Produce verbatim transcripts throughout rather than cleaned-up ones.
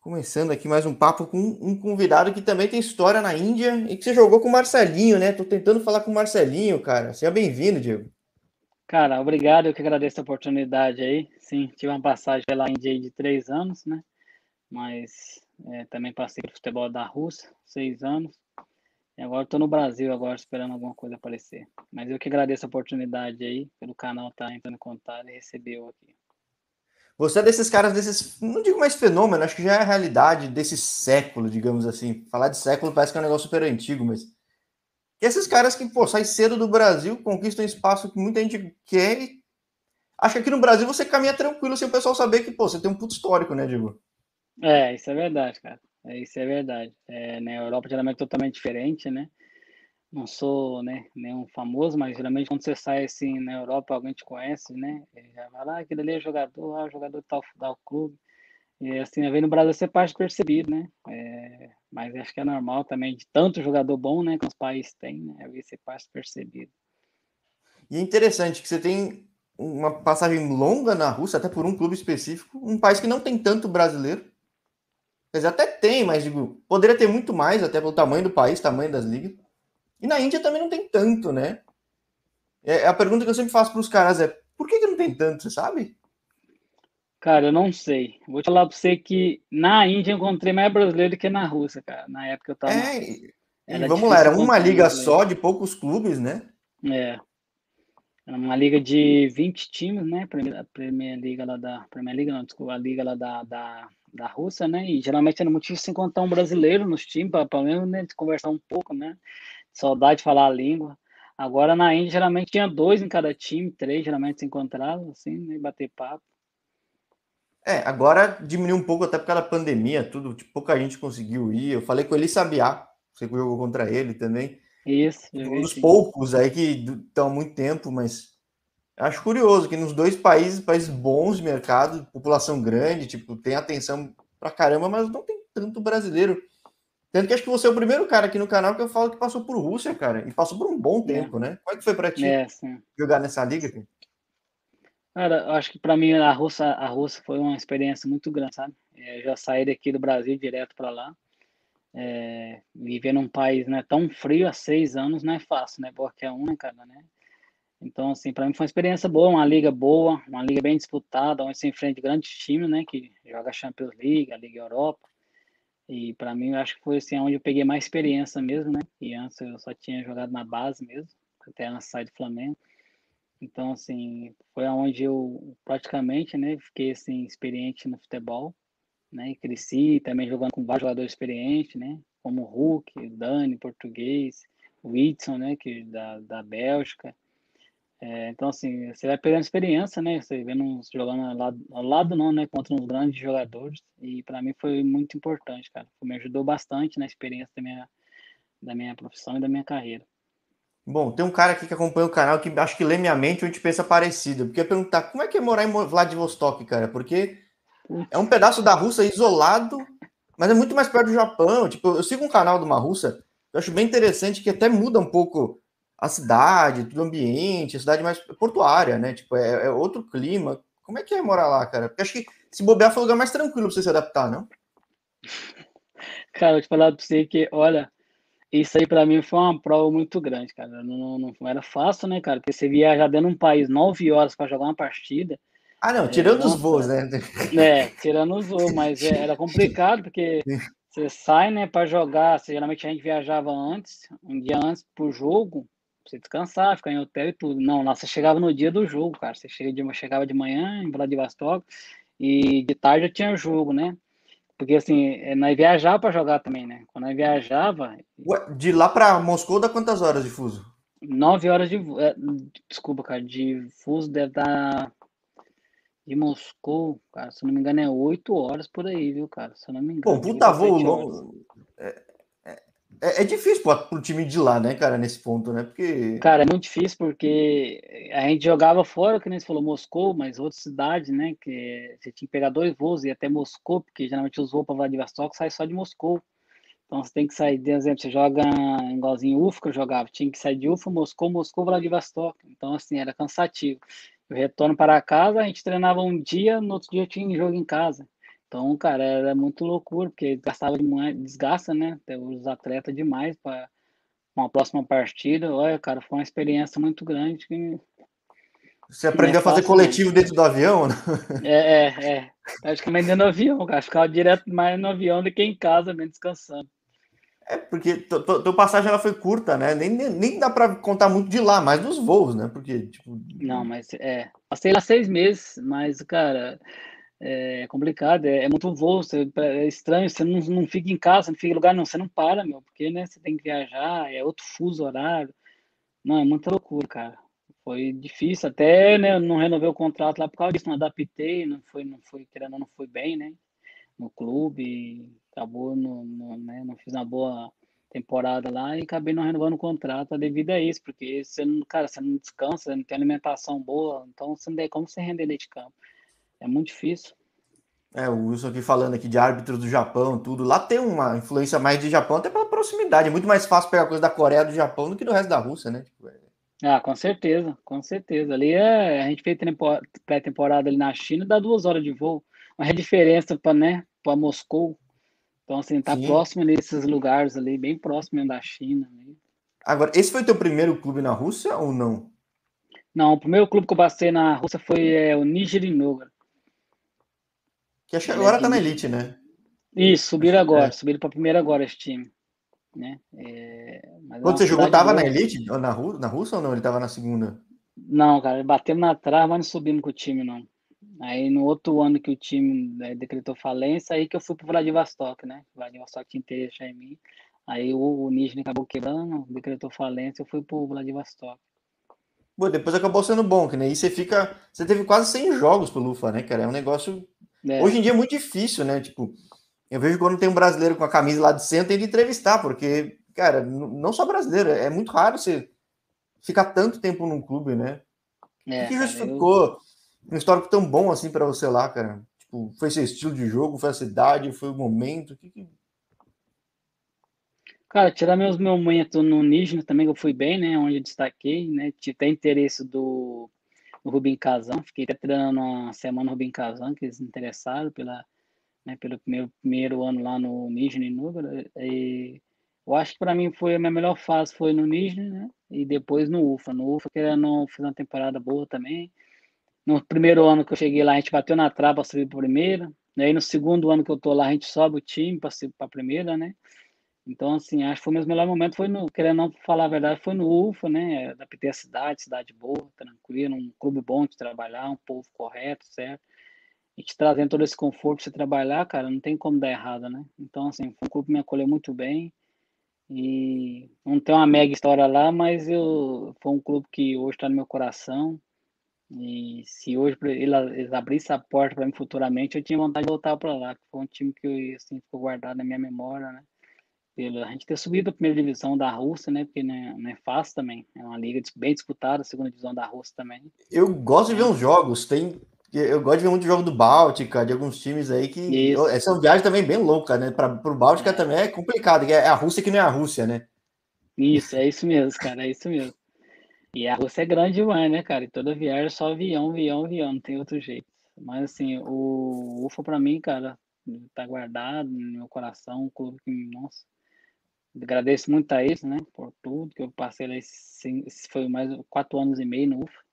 Começando aqui mais um papo com um convidado que também tem história na Índia e que você jogou com o Marcelinho, né? Tô tentando falar com o Marcelinho, cara. Seja bem-vindo, Diego. Cara, obrigado, eu que agradeço a oportunidade aí. Sim, tive uma passagem pela Índia aí de três anos, né? Mas é, também passei pelo futebol da Rússia, seis anos. E agora estou no Brasil, agora esperando alguma coisa aparecer. Mas eu que agradeço a oportunidade aí, pelo canal estar entrando em contato e receber eu aqui. Você é desses caras, desses, não digo mais fenômeno, acho que já é a realidade desse século, digamos assim. Falar de século parece que é um negócio super antigo, mas e esses caras que, pô, saem cedo do Brasil, conquistam espaço que muita gente quer e acho que aqui no Brasil você caminha tranquilo sem o pessoal saber que, pô, você tem um puto histórico, né, Diego? É, isso é verdade, cara. É, isso é verdade. É, na Europa geralmente é totalmente diferente, né? Não sou, né, nenhum famoso, mas geralmente quando você sai assim na Europa, alguém te conhece, né? Ele já vai lá, ah, aquele ali é jogador, ah, o jogador tal, tal clube. E assim, a ver no Brasil você parte percebido, né? É, mas acho que é normal também, de tanto jogador bom, né, que os países têm, né? A ver você passa percebido. E é interessante que você tem uma passagem longa na Rússia, até por um clube específico, um país que não tem tanto brasileiro. Quer dizer, até tem, mas digo, poderia ter muito mais, até pelo tamanho do país, tamanho das ligas. E na Índia também não tem tanto, né? É, a pergunta que eu sempre faço para os caras é: por que, que não tem tanto, você sabe? Cara, eu não sei. Vou te falar pra você que na Índia eu encontrei mais brasileiro do que na Rússia, cara. Na época que eu tava na É, Rússia. e, e Era vamos lá, difícil era uma encontrar liga brasileiro. só de poucos clubes, né? É, era uma liga de vinte times, né? Primeira, a primeira liga lá da. Primeira liga, não, desculpa, a liga lá da, da, da Rússia, né? E geralmente era muito difícil encontrar um brasileiro nos times, para pelo menos né, conversar um pouco, né? Saudade de falar a língua. Agora na Índia geralmente tinha dois em cada time, três geralmente se encontravam, assim, né? Bater papo. É, agora diminuiu um pouco até por causa da pandemia, tudo, tipo, pouca gente conseguiu ir. Eu falei com ele Sabiá, você que jogou contra ele também. Isso, Tipo, um joguei dos sim. poucos aí que estão há muito tempo, mas acho curioso que nos dois países, países bons de mercado, população grande, tipo, tem atenção pra caramba, mas não tem tanto brasileiro. Tanto que acho que você é o primeiro cara aqui no canal que eu falo que passou por Rússia, cara. E passou por um bom Né? tempo, né? Como é que foi pra ti É, sim. jogar nessa liga, cara? Cara, eu acho que para mim a Rússia, a Rússia foi uma experiência muito grande, sabe? É, eu já saí daqui do Brasil direto para lá. É, viver num país né, tão frio há seis anos não é fácil, né? Porque é um, né, cara, né? Então, assim, para mim foi uma experiência boa, uma liga boa, uma liga bem disputada, onde se enfrenta grandes times, né? Que joga a Champions League, a Liga Europa. E para mim, eu acho que foi assim, onde eu peguei mais experiência mesmo, né? E antes eu só tinha jogado na base mesmo, até antes de sair do Flamengo. Então, assim, foi onde eu praticamente, né, fiquei assim experiente no futebol, né? E cresci também jogando com vários jogadores experientes, né? Como o Hulk, o Dani, português, o Whitson, né, que da, da Bélgica. É, então, assim, você vai pegando experiência, né? Você vendo uns jogando ao lado, ao lado não, né? Contra uns grandes jogadores. E para mim foi muito importante, cara. Me ajudou bastante na experiência da minha, da minha profissão e da minha carreira. Bom, tem um cara aqui que acompanha o canal que acho que lê minha mente e a gente pensa parecido. Porque eu ia perguntar como é que é morar em Vladivostok, cara? Porque é um Putz, pedaço da Rússia isolado, mas é muito mais perto do Japão. Tipo, eu sigo um canal de uma russa, eu acho bem interessante que até muda um pouco a cidade, todo o ambiente, a cidade mais portuária, né? Tipo, é, é outro clima. Como é que é morar lá, cara? Porque acho que se bobear foi o lugar mais tranquilo pra você se adaptar, não? cara, eu vou te falar pra você que, olha, isso aí para mim foi uma prova muito grande, cara. Não, não, não era fácil, né, cara? Porque você viajar dentro de um país nove horas para jogar uma partida, Ah, não, é, tirando os voos, nossa, né? né, tirando os voos, mas é, era complicado porque você sai, né, para jogar. Você, geralmente a gente viajava antes, um dia antes pro jogo, pra você descansar, ficar em hotel e tudo. Não, lá você chegava no dia do jogo, cara. Você chega de, chegava de manhã em Vladivostok e de tarde já tinha jogo, né? Porque assim, é, nós viajava para jogar também, né? Quando nós viajava, Ué, de lá pra Moscou dá quantas horas de fuso? nove horas de. é, desculpa, cara, de fuso deve dar. De Moscou, cara, se eu não me engano, é oito horas por aí, viu, cara? Se eu não me Bom, engano, de oito puta a voo sete horas. longo. É, é difícil pro, pro time de lá, né, cara, nesse ponto, né? Porque. Cara, é muito difícil porque a gente jogava fora, que nem você falou, Moscou, mas outras cidades, né? Que você tinha que pegar dois voos e ir até Moscou, porque geralmente os voos para Vladivostok saem só de Moscou. Então você tem que sair, por exemplo, você joga igualzinho U F que eu jogava, tinha que sair de Ufa, Moscou, Moscou, Vladivostok. Então, assim, era cansativo. Eu retorno para casa, a gente treinava um dia, no outro dia tinha jogo em casa. Então, cara, era muito loucura, porque gastava demais, desgasta, né? Até os atletas demais para uma próxima partida. Olha, cara, foi uma experiência muito grande que Você não é aprendeu a fazer fácil, não. coletivo dentro do avião, né? É, é, é. Praticamente dentro do avião, cara. Ficava direto mais no avião do que em casa, mesmo descansando. É porque tua tua passagem ela foi curta, né? Nem, nem, nem dá para contar muito de lá, mas dos voos, né? Porque, tipo, Não, mas é. Passei lá seis meses, mas, cara, é complicado, é, é muito voo, você- é estranho, você não, não fica em casa, não fica em lugar, não, você não para, meu, porque, né, você tem que viajar, é outro fuso horário. Não, é muita loucura, cara. Foi difícil, até, né, eu não renovei o contrato lá por causa disso, não adaptei, não foi, não foi, querendo, ou não fui bem, né, no clube, acabou, no, no, né, não fiz uma boa temporada lá e acabei não renovando o contrato devido a isso, porque você não, cara, você não descansa, não tem alimentação boa, então você não tem como você render dentro de campo. É muito difícil. é, o Wilson aqui falando aqui de árbitros do Japão, tudo. Lá tem uma influência mais de Japão, até pela proximidade. É muito mais fácil pegar coisa da Coreia do Japão do que do resto da Rússia, né? Tipo, é- Ah, com certeza, com certeza. Ali é, a gente fez tempo- pré-temporada ali na China, dá duas horas de voo. Mas a diferença para, né, para Moscou. Então, assim, tá sim. próximo nesses lugares ali, bem próximo da China, né? Agora, esse foi teu primeiro clube na Rússia ou não? Não, o primeiro clube que eu passei na Rússia foi é, o Nizhny Novgorod. Que acho que Ele é agora de tá na Nizhny. elite, né? Isso, Acho subiram que agora, é. subiram para primeiro agora esse time, né? É, mas é Quando uma você jogou, cidade tava na boa. elite? Ou Na, Ru... na Rússia ou não? Ele tava na segunda? Não, cara, batemos na trave, mas não subimos com o time, não. Aí no outro ano que o time né, decretou falência, aí que eu fui pro Vladivostok, né? O Vladivostok tinha interesse já em mim. Aí o, o Nizhny acabou quebrando, decretou falência, eu fui pro Vladivostok. Pô, depois acabou sendo bom, que nem aí você fica. Você teve quase cem jogos pelo Ufa, né, cara? É um negócio. Hoje É, em dia é muito difícil, né? Tipo, eu vejo quando tem um brasileiro com a camisa lá de cem, eu tenho que entrevistar, porque, cara, n- não só brasileiro, é muito raro você ficar tanto tempo num clube, né? O que, é, que cara, eu. justificou um histórico tão bom assim pra você lá, cara? Tipo, foi seu estilo de jogo, foi a cidade, foi o momento? O que que... Cara, tirar meus momentos no Nizhny também, que eu fui bem, né? Onde eu destaquei, né? Tive até interesse do, do Rubin Kazan, fiquei até treinando uma semana no Rubin Kazan, que eles se interessaram pela, né, pelo primeiro, primeiro ano lá no Nizhny Novgorod. E eu acho que para mim foi a minha melhor fase foi no Nizhny, né? E depois no Ufa. No Ufa, que eu não fiz uma temporada boa também. No primeiro ano que eu cheguei lá, a gente bateu na trave para subir para primeira. E aí no segundo ano que eu tô lá, a gente sobe o time para subir para primeira, né? Então, assim, acho que foi o meu melhor momento, foi no, querendo não falar a verdade, foi no Ufa, né? Adaptei a cidade, cidade boa, tranquila, um clube bom de trabalhar, um povo correto, certo? E te trazendo todo esse conforto pra você trabalhar, cara, não tem como dar errado, né? Então, assim, foi um clube que me acolheu muito bem e não tem uma mega história lá, mas eu, foi um clube que hoje está no meu coração e se hoje pra- ele- eles abrissem a porta para mim futuramente, eu tinha vontade de voltar para lá, que foi um time que, assim, ficou guardado na minha memória, né? Pela a gente ter subido a primeira divisão da Rússia, né? Porque não é, não é fácil também, é uma liga dis- bem disputada, a segunda divisão da Rússia também. Eu gosto de ver Então, uns jogos, tem. Eu gosto de ver muito jogo do Báltica, de alguns times aí que. isso, Essa é uma viagem também bem louca, né? Para o Báltica é, também é complicado, que é a Rússia que não é a Rússia, né? isso, é isso mesmo, cara, é isso mesmo. E a Rússia é grande demais, né, cara? E toda viagem é só avião, avião, avião, não tem outro jeito. Mas, assim, o Ufa pra mim, cara, tá guardado no meu coração, um clube que, nossa, agradeço muito a eles, né, por tudo que eu passei lá, esse, esse foi mais quatro anos e meio no Ufa.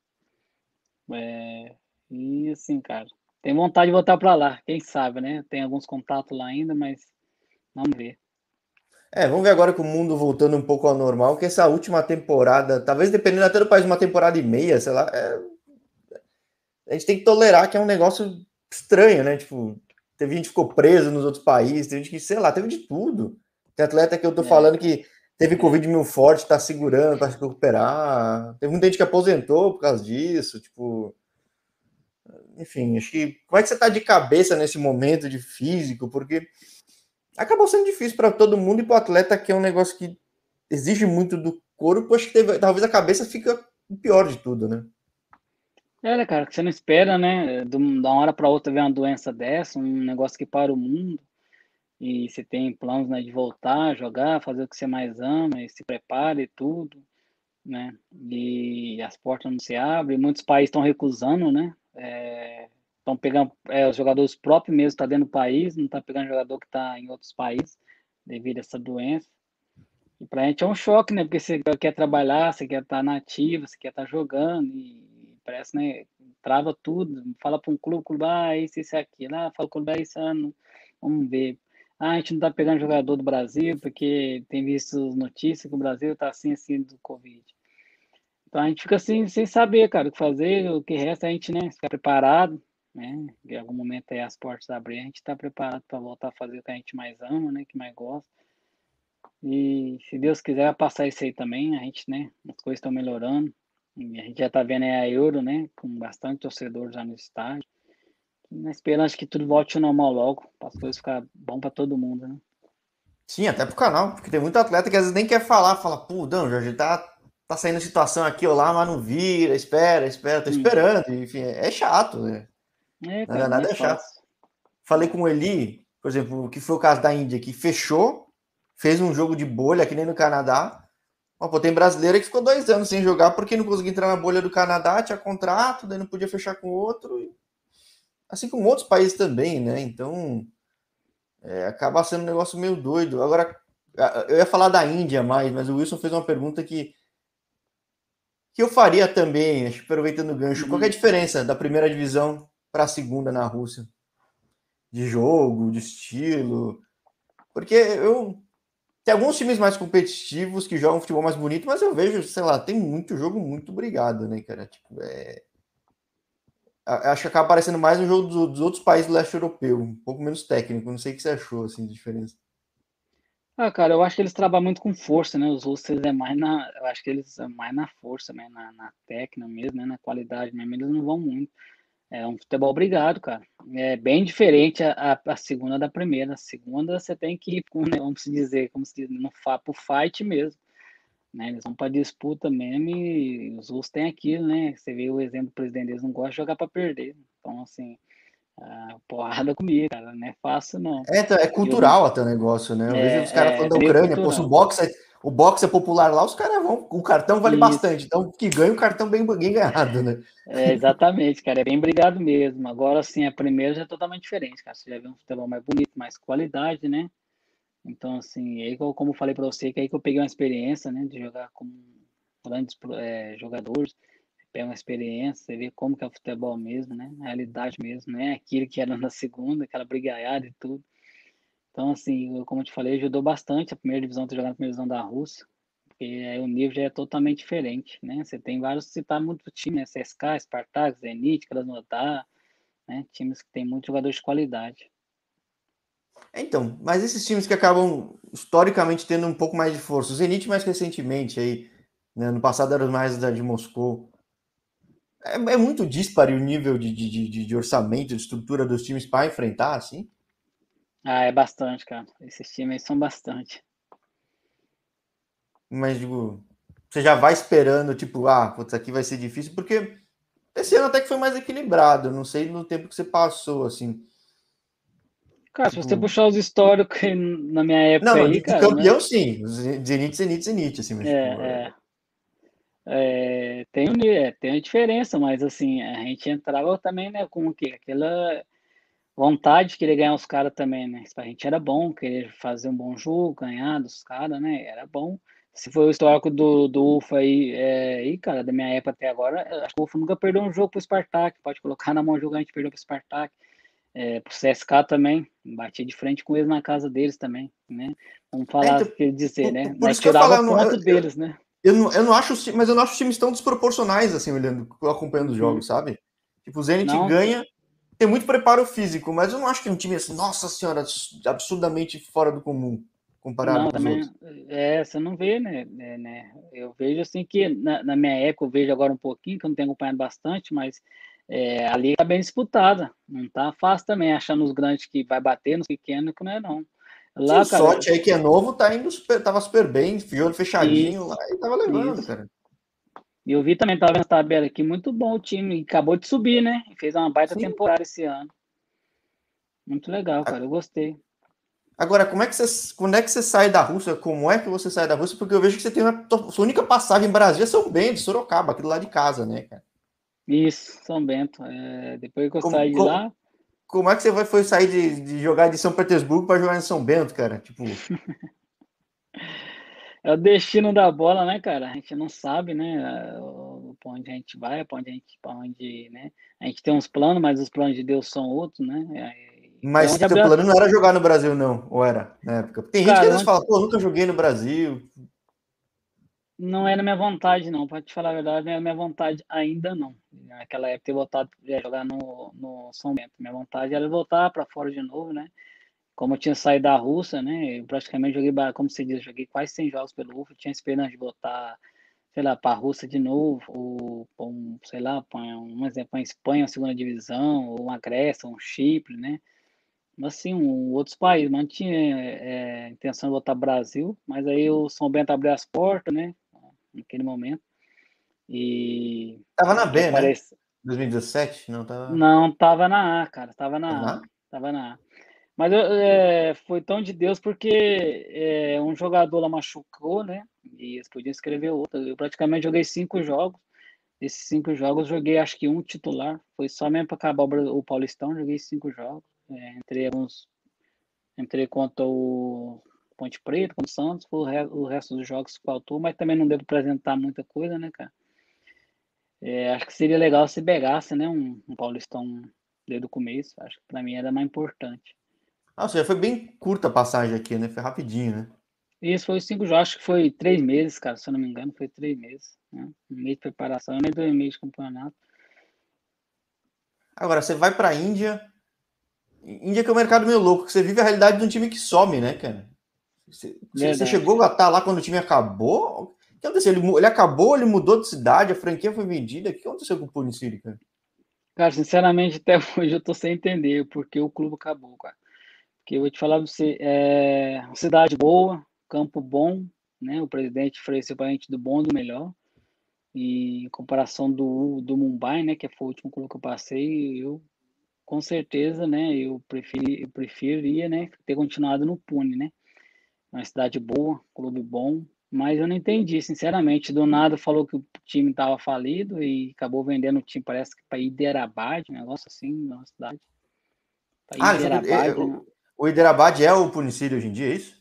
É, e, assim, cara, tenho vontade de voltar pra lá, quem sabe, né? Tem alguns contatos lá ainda, mas vamos ver. É, vamos ver agora com o mundo voltando um pouco ao normal, que essa última temporada, talvez dependendo até do país, uma temporada e meia, sei lá, é, a gente tem que tolerar que é um negócio estranho, né? Tipo, teve gente que ficou preso nos outros países, teve gente que, sei lá, teve de tudo. Tem atleta que eu tô É, falando cara, que teve é. Covid mil forte, tá segurando para se recuperar. Teve muita gente que aposentou por causa disso, tipo, enfim, acho que como é que você tá de cabeça nesse momento de físico? Porque acabou sendo difícil para todo mundo e para o atleta, que é um negócio que exige muito do corpo, acho que teve, talvez a cabeça fica o pior de tudo, né? É, né, cara, que você não espera, né? De da uma hora para outra vem uma doença dessa, um negócio que para o mundo, e você tem planos, né, de voltar a jogar, fazer o que você mais ama, e se prepara e tudo, né? E as portas não se abrem, muitos países estão recusando, né? É, estão pegando é, os jogadores próprios mesmo, está dentro do país, não está pegando jogador que está em outros países devido a essa doença. E pra gente é um choque, né? Porque você quer trabalhar, você quer estar na ativa, você quer estar jogando, e parece, né? Trava tudo. Fala para um clube, clube, ah, isso, isso, aquilo. Ah, fala com o clube, ah, isso, ah, não. Vamos ver. Ah, a gente não tá pegando jogador do Brasil, porque tem visto notícias que o Brasil tá assim, assim, do Covid. Então a gente fica assim, sem saber, cara, o que fazer, o que resta é a gente, né? Ficar preparado, né? Em algum momento aí as portas abrir, a gente tá preparado para voltar a fazer o que a gente mais ama, né? Que mais gosta. E se Deus quiser vai passar isso aí também, a gente, né, as coisas estão melhorando. E a gente já tá vendo aí a Euro, né, com bastante torcedor já no estádio. E na esperança que tudo volte ao normal logo, para as coisas ficar bom para todo mundo, né? Sim, até pro canal, porque tem muito atleta que às vezes nem quer falar, fala, pô, não, Jorge, tá, tá saindo situação aqui ou lá, mas não vira, espera, espera, tô Hum. esperando, enfim, é, é chato, né? É, Nada, cara, não é nada é chato. fácil. Falei com o Eli, por exemplo, que foi o caso da Índia, que fechou, fez um jogo de bolha, que nem no Canadá. Ó, pô, tem brasileiro que ficou dois anos sem jogar porque não conseguia entrar na bolha do Canadá, tinha contrato, daí não podia fechar com outro. Assim como outros países também, né? Então, é, acaba sendo um negócio meio doido. Agora, eu ia falar da Índia mais, mas o Wilson fez uma pergunta que, que eu faria também, acho que aproveitando o gancho. Qual que é a Uhum. diferença da primeira divisão para a segunda na Rússia? De jogo, de estilo? Porque eu. Tem alguns times mais competitivos que jogam futebol mais bonito, mas eu vejo, sei lá, tem muito jogo muito brigado, né, cara? Tipo, é... Acho que acaba parecendo mais um jogo dos, dos outros países do leste europeu, um pouco menos técnico. Não sei o que você achou, assim, de diferença. Ah, cara, eu acho que eles trabalham muito com força, né? Os russos é mais na, eu acho que eles é mais na força, né? Na, na técnica mesmo, né? Na qualidade mesmo, eles não vão muito. É um futebol obrigado, cara. É bem diferente a, a, a segunda da primeira. A segunda você tem que ir com, né, vamos dizer, como se diz, no fa, pro fight mesmo, né? Eles vão para disputa mesmo e os russos têm aquilo, né? Você vê o exemplo do presidente deles, não gosta de jogar para perder. Então, assim, a porrada comigo, cara, não é fácil, não. É, então, é E eu, cultural até o negócio, né? Eu vejo os caras é, é falando da meio Ucrânia, pô, se o cultural. boxe, é, o boxe é popular lá, os caras vão. O cartão vale Isso. bastante. Então, que ganha o cartão bem, bem ganhado, né? É, exatamente, cara, é bem brigado mesmo. Agora, assim, a primeira já é totalmente diferente, cara. Você já vê um futebol mais bonito, mais qualidade, né? Então, assim, aí, eu- como eu falei para você, que aí que eu peguei uma experiência, né, de jogar com grandes é, jogadores, pega uma experiência, você vê como que é o futebol mesmo, né, a realidade mesmo, né, aquilo que era na segunda, aquela brigaiada e tudo. Então, assim, eu, como eu te falei, ajudou bastante a primeira divisão, ter jogado na primeira divisão da Rússia, porque aí o nível já é totalmente diferente, né, você tem vários, citar muito time, né, C S K A, Spartak, Zenit, Krasnodar, né, times que tem muitos jogadores de qualidade. É, então, mas esses times que acabam historicamente tendo um pouco mais de força, o Zenit mais recentemente aí, né, no passado era mais da de Moscou. É, é muito disparo o nível de, de, de, de orçamento, de estrutura dos times para enfrentar, assim. Ah, é bastante, cara, esses times aí são bastante. Mas, digo, você já vai esperando, tipo, ah, putz, aqui vai ser difícil, porque esse ano até que foi mais equilibrado, não sei no tempo que você passou, assim. Cara, se você Tipo, puxar os históricos na minha não, época não, aí, de, de cara, né? campeão sim, Zenit, Zenit, Zenit, assim, mas, tipo, É, é, é, tem, um ni- é, tem a diferença, mas assim, a gente entrava também, né, com o quê? Aquela vontade de querer ganhar os caras também, né? Pra gente era bom, querer fazer um bom jogo, ganhar dos caras, né? Era bom. Se for o histórico do, do UFA aí, é, aí, cara, da minha época até agora, eu acho que o UFA nunca perdeu um jogo pro Spartak. Pode colocar na mão o jogo, a gente perdeu pro Spartak. É, pro C S K também, bati de frente com eles na casa deles também, né? Vamos é, falar então, o que dizer, por, né? por Nós isso que eu tirava falo, eu não, ponto eu, deles, né? eu não, eu não acho, os ti- mas eu não acho os times tão desproporcionais, assim, olhando, acompanhando os Uhum. jogos, sabe? Tipo, o Zenit Não, ganha, tem muito preparo físico, mas eu não acho que é um time assim, nossa senhora, absurdamente fora do comum, comparado não, com os também, outros. é, você não vê, né, né, né? Eu vejo assim que na, na minha época, eu vejo agora um pouquinho, que eu não tenho acompanhado bastante, mas é, a liga tá bem disputada, não tá fácil também, achando os grandes que vai bater nos pequenos, que não é não. Sim, o Lá, cara, Sote aí que é novo, tá indo super, tava super bem, jogo fechadinho lá isso, e tava levando, isso. cara. E eu vi também, tava vendo a tabela aqui, muito bom o time, e acabou de subir, né? E fez uma baita Sim. temporada esse ano. Muito legal, cara, eu gostei. Agora, como é que você, quando é que você sai da Rússia? Como é que você sai da Rússia? Porque eu vejo que você tem uma sua única passagem em Brasília é São Bento, Sorocaba, aquilo lá de casa, né, cara? Isso, São Bento. É, depois que eu Como, saí de como, lá, como é que você vai, foi sair de, de jogar de São Petersburgo para jogar em São Bento, cara? Tipo, é o destino da bola, né, cara? A gente não sabe, né, para onde a gente vai, para onde a gente, para onde, né? A gente tem uns planos, mas os planos de Deus são outros, né? É, foi mas onde seu abriu a... plano não era jogar no Brasil, não? Ou era na época? Tem gente que às Cara, vezes onde... fala, pô, nunca joguei no Brasil. não era minha vontade, não. Para te falar a verdade, não era minha vontade ainda não. Naquela época, ter voltado a jogar no, no São Bento. Minha vontade era voltar para fora de novo, né? Como eu tinha saído da Rússia, né? Eu praticamente joguei, como você diz, joguei quase cem jogos pelo U F A. Tinha esperança de voltar, sei lá, para a Rússia de novo, ou, pra um, sei lá, pra um exemplo, uma Espanha, uma segunda divisão, ou uma Grécia, um Chipre, né? Assim, um, outros países, mas não tinha é, intenção de voltar ao Brasil, mas aí o São Bento abriu as portas, né? Naquele momento, e Tava na é, que B, né? aparece. dois mil e dezessete? Não, tava. Não, tava na A, cara, tava Tava na A, na? tava na A. Mas eu, é, foi tão de Deus porque é, um jogador lá machucou, né? E eles podiam escrever outro. Eu praticamente joguei cinco jogos. Esses cinco jogos joguei acho que um titular. Foi só mesmo para acabar o, Bra- o Paulistão, joguei cinco jogos. É, entrei alguns, entrei contra o Ponte Preta, contra o Santos, o, re, o resto dos jogos faltou, mas também não deu para apresentar muita coisa, né, cara? É, acho que seria legal se pegasse, né, um, um Paulistão desde o começo. Acho que para mim era mais importante. Ah, ou seja, foi bem curta a passagem aqui, né? Foi rapidinho, né? Isso foi cinco jogos, acho que foi três meses, cara, se eu não me engano, foi três meses, né? Um mês de preparação, nem dois meses de campeonato. Agora, você vai pra Índia. Índia que é um mercado meio louco, que você vive a realidade de um time que some, né, cara? Você, você Verdade, chegou a cara. estar lá quando o time acabou? O que aconteceu? Ele, ele acabou, ele mudou de cidade, a franquia foi vendida. O que aconteceu com o Puniciri, cara? Cara, sinceramente, até hoje eu tô sem entender porque o clube acabou, cara. Porque eu vou te falar pra você, é uma cidade boa, campo bom, né? O presidente ofereceu pra gente do bom e do melhor. E em comparação do, do Mumbai, né, que foi o último clube que eu passei, eu com certeza, né, eu preferi, eu preferia, né, ter continuado no Pune, né? Uma cidade boa, clube bom, mas eu não entendi, sinceramente. Do nada falou que o time estava falido e acabou vendendo o time, parece que para Hyderabad, um negócio assim, uma cidade. Para Ah, ele foi, é, é, Hyderabad, né? o, o Hyderabad é o Puniciri hoje em dia, é isso?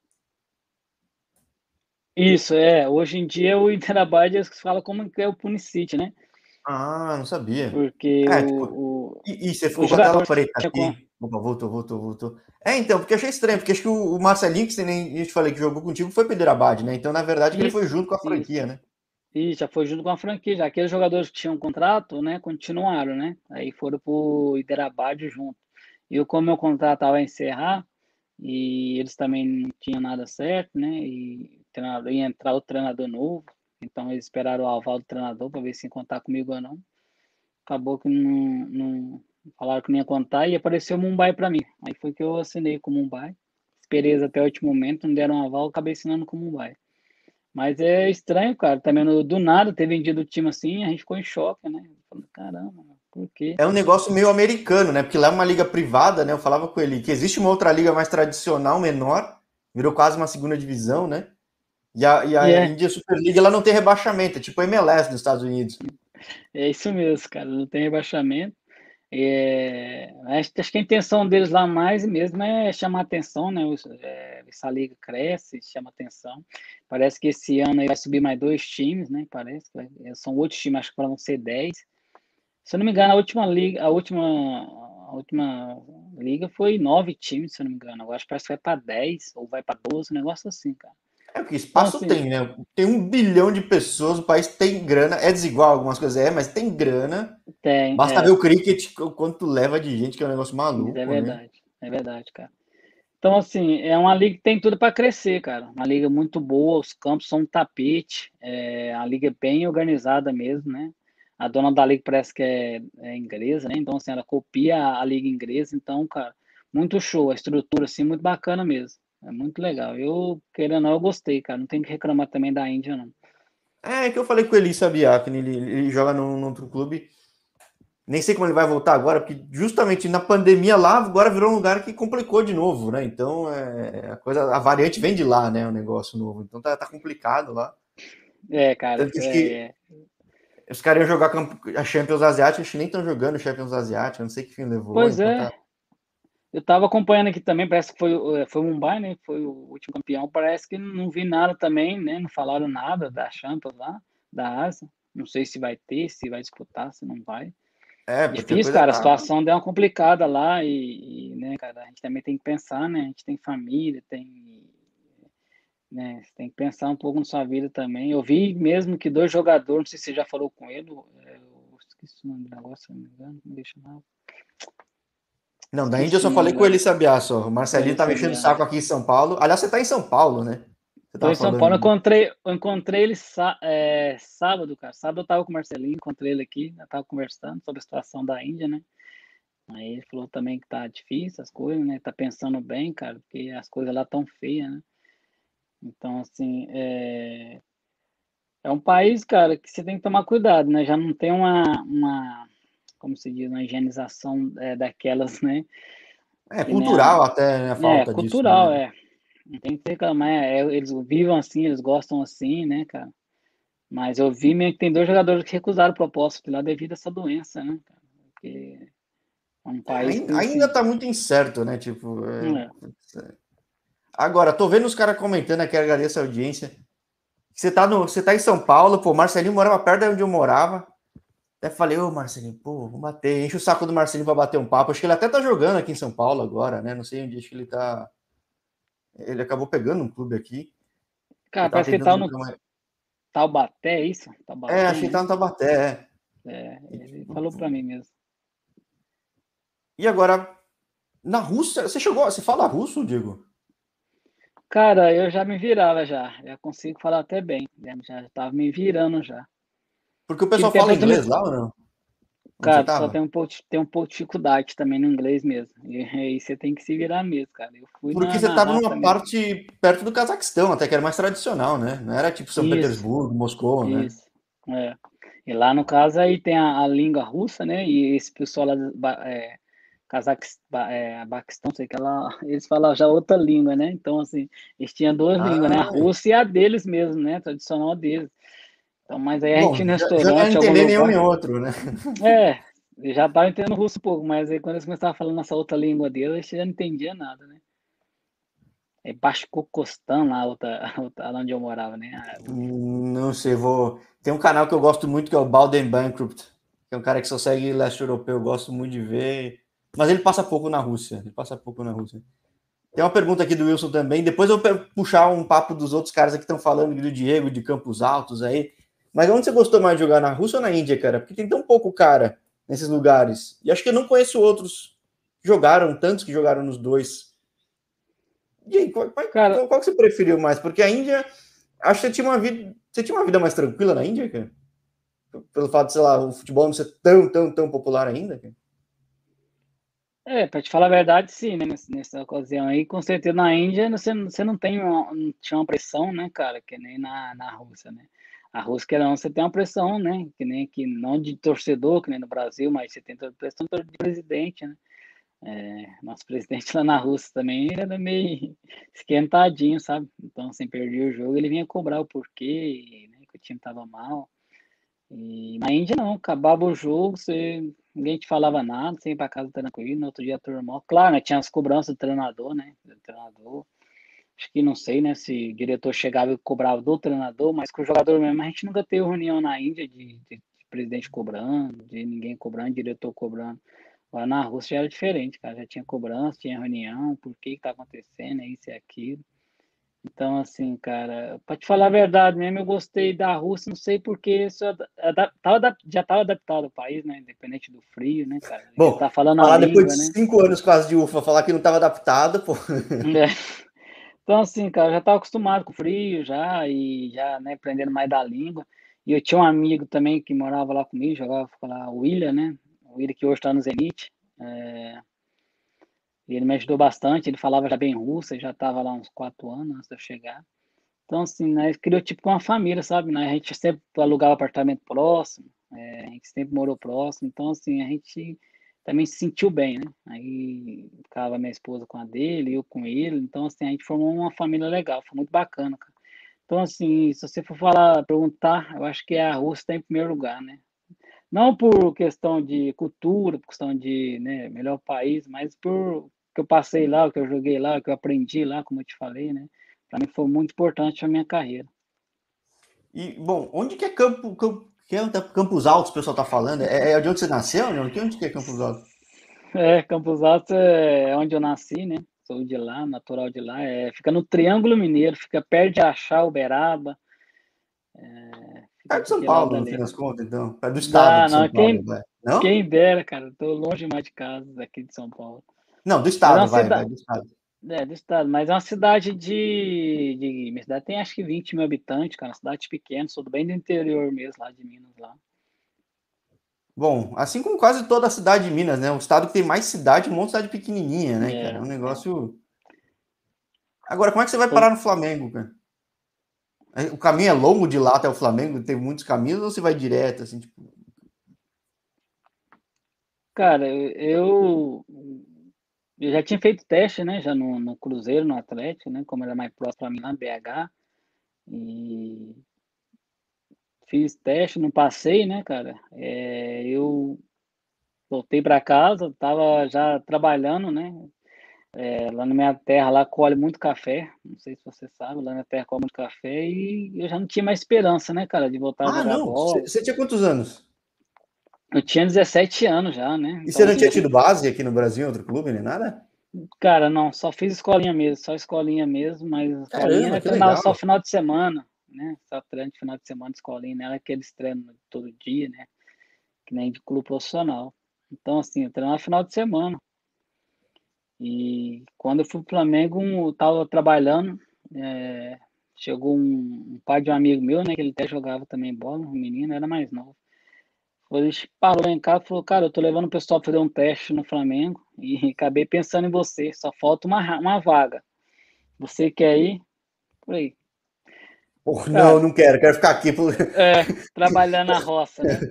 Isso, é. Hoje em dia o Hyderabad eles falam como que é o Pune City, né? Ah, não sabia. Porque É, tipo, o, o, e, e você o ficou com a tela jogador preta tinha com... aqui. Opa, voltou, voltou, voltou. É, então, porque eu achei estranho, porque acho que o, o Marcelinho, que você nem eu te falei que jogou contigo, foi pro Hyderabad, né? Então, na verdade, que ele foi Isso, junto com a isso. franquia, né? E já foi junto com a franquia, já aqueles jogadores que tinham contrato, né, continuaram, né? Aí foram pro Hyderabad junto. E eu, como meu contrato estava a encerrar, e eles também não tinham nada certo, né? E o treinador, ia entrar o treinador novo, então eles esperaram o aval do treinador para ver se ia contar comigo ou não. Acabou que não, não falaram que não ia contar e apareceu o Mumbai para mim. Aí foi que eu assinei com o Mumbai. Esperei eles até o último momento, não deram um aval, acabei assinando com o Mumbai. Mas é estranho, cara. Também no- do nada ter vendido o time assim, a gente ficou em choque, né? Falando, caramba, por quê? É um negócio meio americano, né? Porque lá é uma liga privada, né? Eu falava com ele que existe uma outra liga mais tradicional, menor, virou quase uma segunda divisão, né? E a, e E a é, India Super League, ela não tem rebaixamento, é tipo a M L S dos Estados Unidos. é isso mesmo, cara. Não tem rebaixamento. É, acho, acho que a intenção deles lá mais mesmo é chamar atenção, né? Os- é, essa liga cresce, chama atenção. Parece que esse ano aí vai subir mais dois times, né? Parece que vai- é, são oito times, acho que vão ser dez. Se eu não me engano, a última liga, a última, a última liga foi nove times, se eu não me engano. Agora acho que parece que vai para dez ou vai para doze, um negócio assim, cara. É o que Então, espaço assim, tem, né? Tem um bilhão de pessoas, o país tem grana, é desigual, algumas coisas é, mas tem grana. tem, Basta ver é, o cricket, o quanto leva de gente, que é um negócio isso é maluco, né? verdade, é verdade, cara. Então, assim, é uma liga que tem tudo para crescer, cara. Uma liga muito boa, os campos são um tapete, é uma liga bem organizada mesmo, né? A dona da liga parece que é, é inglesa, né? Então, assim, ela copia a, a liga inglesa. Então, cara, muito show, a estrutura, assim, muito bacana mesmo. É muito legal. Eu, querendo ou não, eu gostei, cara. Não tem que reclamar também da Índia, não. É que eu falei com o Eli Sabiá, que ele, ele joga num, num outro clube. Nem sei como ele vai voltar agora, porque justamente na pandemia lá, agora virou um lugar que complicou de novo, né? Então é, a coisa, a variante vem de lá, né? O negócio novo. Então tá, tá complicado lá. É, cara, Tanto que acho que é, é. Os caras iam jogar a Champions Asiática, acho que nem estão jogando Champions Asiática, não sei que fim levou. Pois Enquanto é, tá... eu tava acompanhando aqui também, parece que foi, o- foi o Mumbai, né? Foi o último campeão. Parece que não vi nada também, né? Não falaram nada da Champions lá, da Ásia. Não sei se vai ter, se vai disputar, se não vai. É, porque a Difícil, coisa cara. A tá. situação deu uma complicada lá e, e, né, cara, a gente também tem que pensar, né? A gente tem família, tem, né? Você tem que pensar um pouco na sua vida também. Eu vi mesmo que dois jogadores, não sei se você já falou com ele, é, eu esqueci o nome do negócio, se não me engano, me deixa mal. Não, da Índia eu Esqueci só o falei nome com ele da. Sabiá só. O Com Marcelinho ele, tá mexendo o sabia, né? saco aqui em São Paulo. Aliás, você tá em São Paulo, né? Você Tô tava em São falando Paulo, eu aí. encontrei, eu encontrei ele sá- é, sábado, cara. Sábado eu tava com o Marcelinho, encontrei ele aqui, eu tava conversando sobre a situação da Índia, né? Aí ele falou também que tá difícil as coisas, né? Tá pensando bem, cara, porque as coisas lá tão feias, né? Então, assim, é, é um país, cara, que você tem que tomar cuidado, né? Já não tem uma, uma como se diz, uma higienização é, daquelas, né? É Que nem a, cultural até, né, a é, falta disso, cultural, né? é. Não tem que reclamar, é, eles vivem assim, eles gostam assim, né, cara? Mas eu vi mesmo que tem dois jogadores que recusaram o propósito lá devido a essa doença, né, cara? Porque é um É, país ainda, que ainda se. tá muito incerto, né? Tipo, é, É, agora, tô vendo os caras comentando aqui, agradeço a audiência. Você tá, no, você tá em São Paulo, pô, o Marcelinho morava perto de onde eu morava. Até falei, ô Marcelinho, pô, vou bater. Enche o saco do Marcelinho pra bater um papo. Acho que ele até tá jogando aqui em São Paulo agora, né? Não sei onde, acho que ele tá. Ele acabou pegando um clube aqui. Eu cara, tava parece que ele tentando tá no trocar uma. Taubaté, é isso? É, Taubaté, achei que tá né? no Taubaté, É, é. ele falou pra mim mesmo. E agora, na Rússia, você chegou. Você fala russo, Diego? Cara, eu já me virava já, já consigo falar até bem, né? Já, já tava me virando já. Porque o Tive pessoal que ter fala oportunidade. inglês lá ou não? Onde você Cara, só tava? tem um pouco, tem um pouco de dificuldade também no inglês mesmo. E aí você tem que se virar mesmo, cara. Eu fui Porque na, você na tava raça numa mesmo. parte perto do Cazaquistão, até que era mais tradicional, né? Não era tipo São Isso, Petersburgo, Moscou, né? isso. É. E lá no caso aí tem a, a língua russa, né? E esse pessoal lá, do Ba- é, Cazaquistão, é, Baquistão, sei que lá, eles falam já outra língua, né? Então, assim, eles tinham duas línguas, né? A Ah, russa e a deles mesmo, né? Tradicional deles. Então, mas aí a gente bom, ia no já, já não ia restaurante, algum entender nenhum nem lugar. outro, né? É, eu já estava entendendo russo um pouco, mas aí quando eles começavam falando essa outra língua deles, a gente já não entendia nada, né? É Bashkortostan, lá, a outra, a outra, lá onde eu morava, né? Ah, o- Não sei, vou. Tem um canal que eu gosto muito que é o Balden Bankrupt, que é um cara que só segue leste europeu, eu gosto muito de ver. Mas ele passa pouco na Rússia. Ele passa pouco na Rússia. Tem uma pergunta aqui do Wilson também. Depois eu vou puxar um papo dos outros caras aqui que estão falando do Diego, de Campos Altos aí. Mas onde você gostou mais de jogar, na Rússia ou na Índia, cara? Porque tem tão pouco cara nesses lugares. E acho que eu não conheço outros que jogaram, tantos que jogaram nos dois. E aí, qual, Cara, qual, qual que você preferiu mais? Porque a Índia, acho que você tinha uma vida, você tinha uma vida mais tranquila na Índia, cara? Pelo fato de, sei lá, o futebol não ser tão, tão, tão popular ainda, cara. é, pra te falar a verdade, sim, né? Nessa, nessa ocasião aí, com certeza na Índia você, não- você não tem uma, não tinha uma pressão, né, cara, que nem na, na Rússia, né? A Rússia, que não, você tem uma pressão, né? Que nem que não de torcedor, que nem no Brasil, mas você tem pressão de presidente, né? É, nosso presidente lá na Rússia também ele era meio esquentadinho, sabe? Então, assim, perdia o jogo, ele vinha cobrar o porquê, né, que o time tava mal. E na Índia não, acabava o jogo, você, ninguém te falava nada, você ia pra casa tranquilo, no outro dia turmal. Claro, né, tinha as cobranças do treinador, né? Do treinador. Acho que não sei, né, se o diretor chegava e cobrava do treinador, mas com o jogador mesmo, a gente nunca teve reunião na Índia de, de, de presidente cobrando, de ninguém cobrando, diretor cobrando. Lá na Rússia já era diferente, cara. Já tinha cobrança, tinha reunião, por que que tá acontecendo, é isso e aquilo. Então, assim, cara, pra te falar a verdade mesmo, eu gostei da Rússia, não sei porque só ada- tava adap- já estava adaptado ao país, né? Independente do frio, né, cara? Já Bom, tá falando a falar depois língua, de né? cinco anos quase de UFA, falar que não estava adaptado, pô. É. Então, assim, cara, eu já estava acostumado com o frio já, e já, né, aprendendo mais da língua. E eu tinha um amigo também que morava lá comigo, jogava lá, o William, né? O William que hoje está no Zenit. É, e ele me ajudou bastante, ele falava já bem russo, ele já estava lá uns quatro anos antes de eu chegar. Então, assim, né, criou tipo uma família, sabe? Né? A gente sempre alugava apartamento próximo, é, a gente sempre morou próximo, então, assim, a gente também se sentiu bem, né? Aí ficava minha esposa com a dele, eu com ele, então, assim, a gente formou uma família legal, foi muito bacana, cara. Então, assim, se você for falar, perguntar, eu acho que a Rússia está em primeiro lugar, né? Não por questão de cultura, por questão de, né, melhor país, mas por que eu passei lá, o que eu joguei lá, o que eu aprendi lá, como eu te falei, né? Para mim foi muito importante na minha carreira. E, bom, onde que é Campo, Campo, que é Campos Altos, o pessoal tá falando? É, é de onde você nasceu, né? Onde que é Campos Altos? É, Campos Altos é onde eu nasci, né? Sou de lá, natural de lá. É, fica no Triângulo Mineiro, fica perto de Achá, Uberaba, É fica de para São aquele lado Paulo, no fim ali. das contas, então. É do estado Dá, de São não, Paulo, quem, vai. Não? quem dera, cara, tô longe demais de casa, daqui de São Paulo. Não, do Mas é uma estado, vai, vai, cidade, do estado. é, do estado, mas é uma cidade de, de, minha cidade tem acho que vinte mil habitantes, cara, uma cidade pequena, sou bem do interior mesmo, lá de Minas, lá. Bom, assim como quase toda a cidade de Minas, né? Um estado que tem mais cidade, um monte de cidade pequenininha, né, cara? É É, um negócio. Agora, como é que você vai sou, parar no Flamengo, cara? É, o caminho é longo de lá até o Flamengo, tem muitos caminhos, ou você vai direto, assim, tipo. cara, eu, eu já tinha feito teste, né, já no, no Cruzeiro, no Atlético, né, como era mais próximo pra mim lá, B H, e fiz teste, não passei, né, cara, é, eu voltei para casa, tava já trabalhando, né, é, lá na minha terra, lá colhe muito café, não sei se você sabe, lá na minha terra colhe muito café, e eu já não tinha mais esperança, né, cara, de voltar a Ah, jogar não. bola. Você tinha quantos anos? Eu tinha dezessete anos já, né, E você então não assim, tinha já tido base aqui no Brasil, em outro clube, nem nada? cara, não, só fiz escolinha mesmo, só escolinha mesmo, mas escolinha Caramba, era que treinava legal. só final de semana, né? Só treino de final de semana de escolinha, não era aqueles treinos todo dia, né? Que nem de clube profissional. Então, assim, eu treinava final de semana. E quando eu fui pro Flamengo, eu tava trabalhando, é, chegou um, um pai de um amigo meu, né? Que ele até jogava também bola, um menino, era mais novo. Ele parou lá em casa e falou, cara, eu tô levando o pessoal pra fazer um teste no Flamengo e acabei pensando em você, só falta uma, uma vaga. Você quer ir? Falei, Oh, não, cara, não quero, quero ficar aqui. Por... é, trabalhando na roça, né?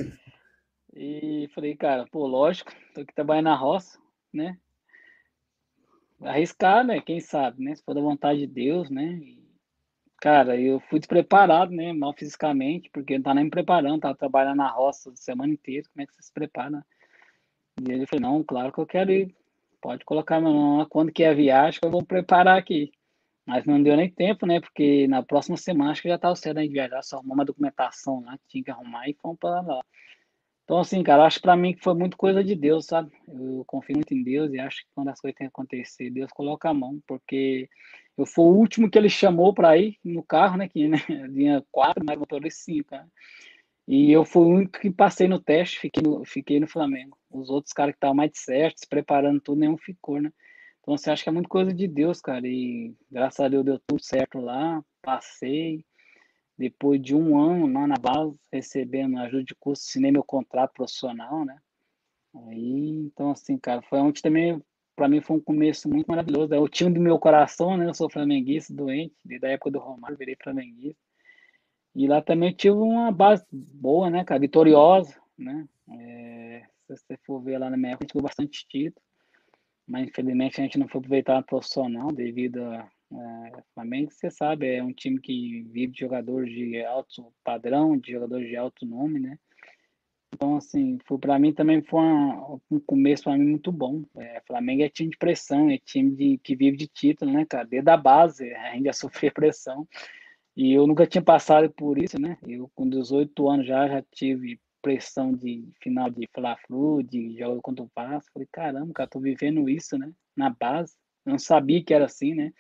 E falei, cara, pô, lógico, tô aqui trabalhando na roça, né? Arriscar, né? Quem sabe, né? Se for da vontade de Deus, né? E, cara, eu fui despreparado, né? Mal fisicamente, porque não tá nem me preparando, tava trabalhando na roça a semana inteira, como é que você se prepara? E ele falou, não, claro que eu quero ir. Pode colocar meu nome lá, quando que é a viagem que eu vou preparar aqui. Mas não deu nem tempo, né? Porque na próxima semana acho que já estava certo de viajar, só arrumar uma documentação lá que tinha que arrumar e fomos para lá. Então, assim, cara, acho que para mim que foi muito coisa de Deus, sabe? Eu confio muito em Deus e acho que quando as coisas têm que acontecer, Deus coloca a mão, porque eu fui o último que ele chamou para ir no carro, né? Que né, vinha quatro, mas motorista cinco, cara. E eu fui o único que passei no teste, fiquei no, fiquei no Flamengo. Os outros caras que estavam mais de certo, se preparando tudo, nenhum ficou, né? Então você acha que é muito coisa de Deus, cara. E graças a Deus deu tudo certo lá. Passei. Depois de um ano lá na base, recebendo ajuda de custo, assinei meu contrato profissional, né? Aí, então, assim, cara, foi onde também, para mim, foi um começo muito maravilhoso. É o time do meu coração, né? Eu sou flamenguista, doente, desde a época do Romário, virei flamenguista. E lá também eu tive uma base boa, né, cara? Vitoriosa, né? É, se você for ver lá na minha época, a gente ganhou bastante título, mas infelizmente a gente não foi aproveitado profissional devido a é, Flamengo, você sabe, é um time que vive de jogadores de alto padrão, de jogadores de alto nome, né? Então, assim, foi para mim também foi uma- um começo para mim muito bom. É, Flamengo é time de pressão, é time de, que vive de título, né, cara? Desde a base, a gente já sofreu pressão. E eu nunca tinha passado por isso, né? Eu, com dezoito anos já, já tive pressão de final de Fla-Flu, de jogo contra o Vasco. Falei, caramba, cara, tô vivendo isso, né? Na base. Eu não sabia que era assim, né?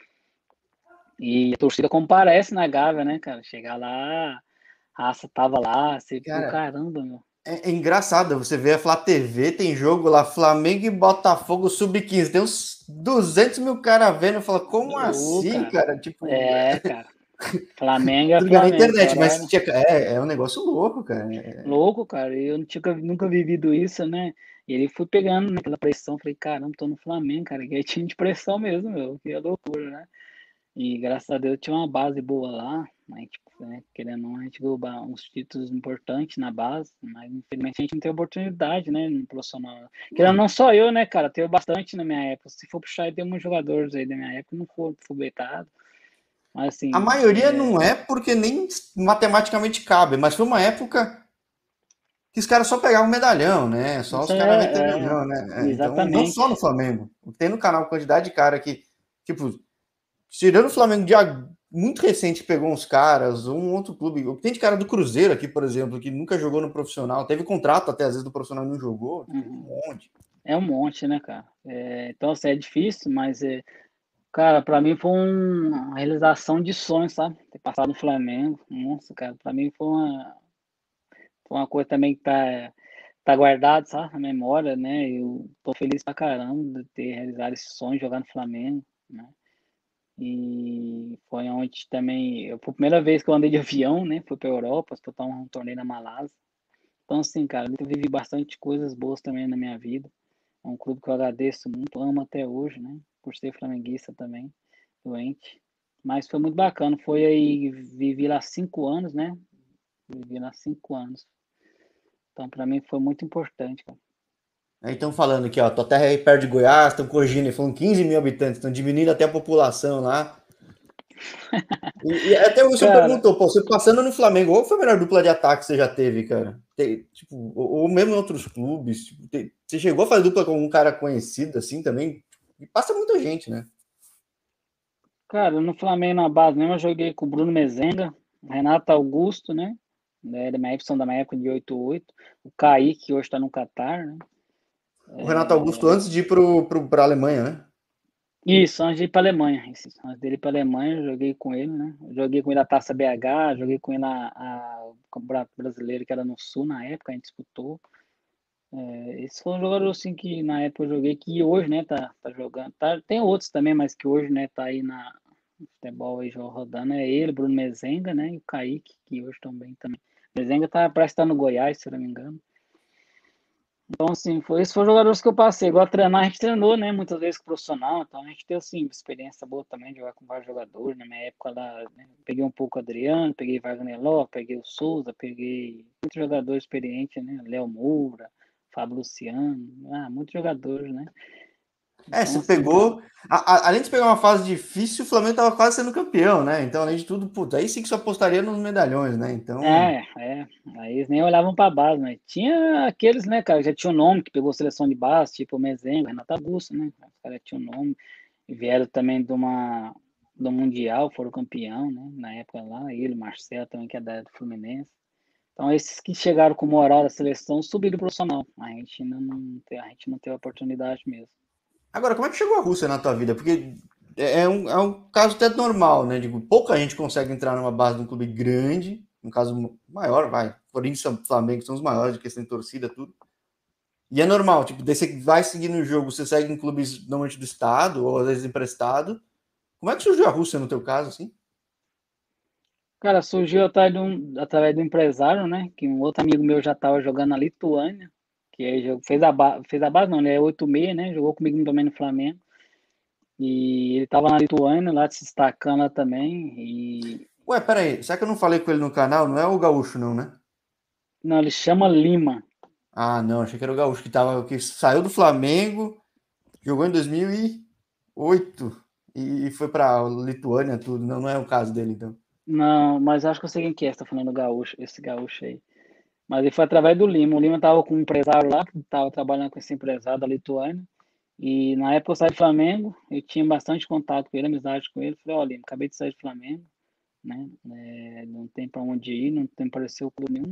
E a torcida comparece na Gávea, né, cara? Chegar lá, a raça tava lá, você, pô, Cara, caramba, meu. é, é engraçado, você vê a Flá T V, tem jogo lá, Flamengo e Botafogo sub quinze, tem uns duzentos mil caras vendo, fala, como Ô, assim, cara. cara? Tipo, É, cara. Flamengo é tudo bem na Flamengo, internet, herói, mas né? tinha, é, é um negócio louco, cara. É, Louco, cara. Eu não tinha, nunca vivido isso, né? E ele foi pegando naquela pressão. Falei, caramba, tô no Flamengo, cara. Que é time de pressão mesmo, meu. Que é loucura, né? E graças a Deus tinha uma base boa lá. A gente, né, querendo ou não, a gente ganhou ba- uns títulos importantes na base. Mas infelizmente a gente não tem oportunidade, né? No profissional. Querendo ou não, não, só eu, né, cara? Teve bastante na minha época. Se for puxar, tem muitos jogadores aí da minha época que não foram aproveitados. Mas A assim, maioria é, não é porque nem matematicamente cabe, mas foi uma época que os caras só pegavam medalhão, né? Só isso os caras é, é veteranão, né? É, então, não só no exatamente. Flamengo. Tem no canal quantidade de cara que, tipo, tirando o Flamengo de muito recente que pegou uns caras, um outro clube. Tem de cara do Cruzeiro aqui, por exemplo, que nunca jogou no profissional, teve contrato até às vezes do profissional e não jogou. Tem um Uhum. monte. É um monte, né, cara? É, então, assim, é difícil, mas, é, cara, pra mim foi um- uma realização de sonho, sabe? Ter passado no Flamengo. Nossa, cara, pra mim foi uma, foi uma coisa também que tá, tá guardada, sabe? Na memória, né? Eu tô feliz pra caramba de ter realizado esse sonho, jogar no Flamengo, né? E foi onde também, eu, foi a primeira vez que eu andei de avião, né? Fui pra Europa, disputar um torneio na Malásia. Então, assim, cara, eu vivi bastante coisas boas também na minha vida. É um clube que eu agradeço muito, amo até hoje, né? Por ser flamenguista também, doente. Mas foi muito bacana. Foi aí, vivi lá cinco anos, né? Vivi lá cinco anos. Então, para mim, foi muito importante, cara. Aí estão falando aqui, ó, tua terra é aí perto de Goiás, estão corrigindo, falando quinze mil habitantes, estão diminuindo até a população lá. E, e até você Cara, perguntou, pô, você passando no Flamengo, qual foi a melhor dupla de ataque que você já teve, cara? Tem, tipo, ou, ou mesmo em outros clubes, tipo, tem- você chegou a fazer dupla com um cara conhecido assim também? E passa muita gente, né? cara, no Flamengo, na base mesmo, eu joguei com o Bruno Mezenga, Renato Augusto, né? né, Da minha época, são da minha época de oitenta e oito. O Kaique, que hoje está no Catar, né? O Renato Augusto antes de ir pro, pro, pra Alemanha, né? Isso, antes de ir para Alemanha. Isso, antes dele ir para Alemanha, eu joguei com ele, né? Eu joguei com ele a Taça B H, joguei com ele a, a o Campeonato Brasileiro, que era no Sul na época, a gente disputou. É, esse foi um jogador assim que na época eu joguei, que hoje, né, tá, tá jogando. Tá, tem outros também, mas que hoje, né, tá aí na no futebol aí já rodando. É ele, Bruno Mezenga, né? E o Kaique, que hoje também também. Mezenga tá, parece estar no Goiás, se eu não me engano. Então, assim, foi, esses foram os jogadores que eu passei. Igual treinar, a gente treinou, né? Muitas vezes com profissional, então a gente teve, assim, experiência boa também de jogar com vários jogadores. Na minha época lá, né, peguei um pouco o Adriano, peguei Wagner Ló, peguei o Souza, peguei muitos jogadores experientes, né? Léo Moura, Fábio Luciano, ah, muitos jogadores, né? É, Então, você assim, cara, pegou. A, a, além de pegar uma fase difícil, o Flamengo tava quase sendo campeão, né? Então, além de tudo, puta, aí sim que você apostaria nos medalhões, né? Então. é, é. Aí eles nem olhavam pra base, né? Tinha aqueles, né, cara, que já tinha um nome, que pegou seleção de base, tipo o Mezenga, Renato Augusto, né? Os caras tinham um nome. E vieram também de uma do Mundial, foram campeão, né? Na época lá, ele, Marcelo também, que é da do Fluminense. Então, esses que chegaram com moral da seleção subiram pro profissional. A gente ainda não teve, a gente não teve oportunidade mesmo. Agora, como é que chegou a Rússia na tua vida? Porque é é um, é um caso até normal, né? Digo, pouca gente consegue entrar numa base de um clube grande, um caso maior, vai. Corinthians e Flamengo são os maiores de questão de torcida, tudo. E é normal, tipo, daí você vai seguir no jogo, você segue em clubes normalmente do estado, ou às vezes emprestado. Como é que surgiu a Rússia no teu caso, assim? Cara, surgiu através de um, através do empresário, né? Que um outro amigo meu já estava jogando na Lituânia, que aí jogou- fez a, ba- fez a base, não, ele é oito seis, né? Jogou comigo também no Flamengo. E ele estava na Lituânia, lá se destacando lá também. E Ué, peraí, será que eu não falei com ele no canal? Não é o Gaúcho, não, né? não, ele chama Lima. Ah, não, achei que era o Gaúcho que tava, que saiu do Flamengo, jogou em dois mil e oito e foi pra Lituânia, tudo. Não, não é o caso dele, então. Não, mas acho que eu sei quem que é, você tá falando do gaúcho, esse gaúcho aí. Mas ele foi através do Lima. O Lima estava com um empresário lá, estava trabalhando com esse empresário da Lituânia. E na época eu saí do Flamengo, eu tinha bastante contato com ele, amizade com ele. Falei, ó, Lima, acabei de sair do Flamengo, né? É, não tem para onde ir, não tem para o clube nenhum.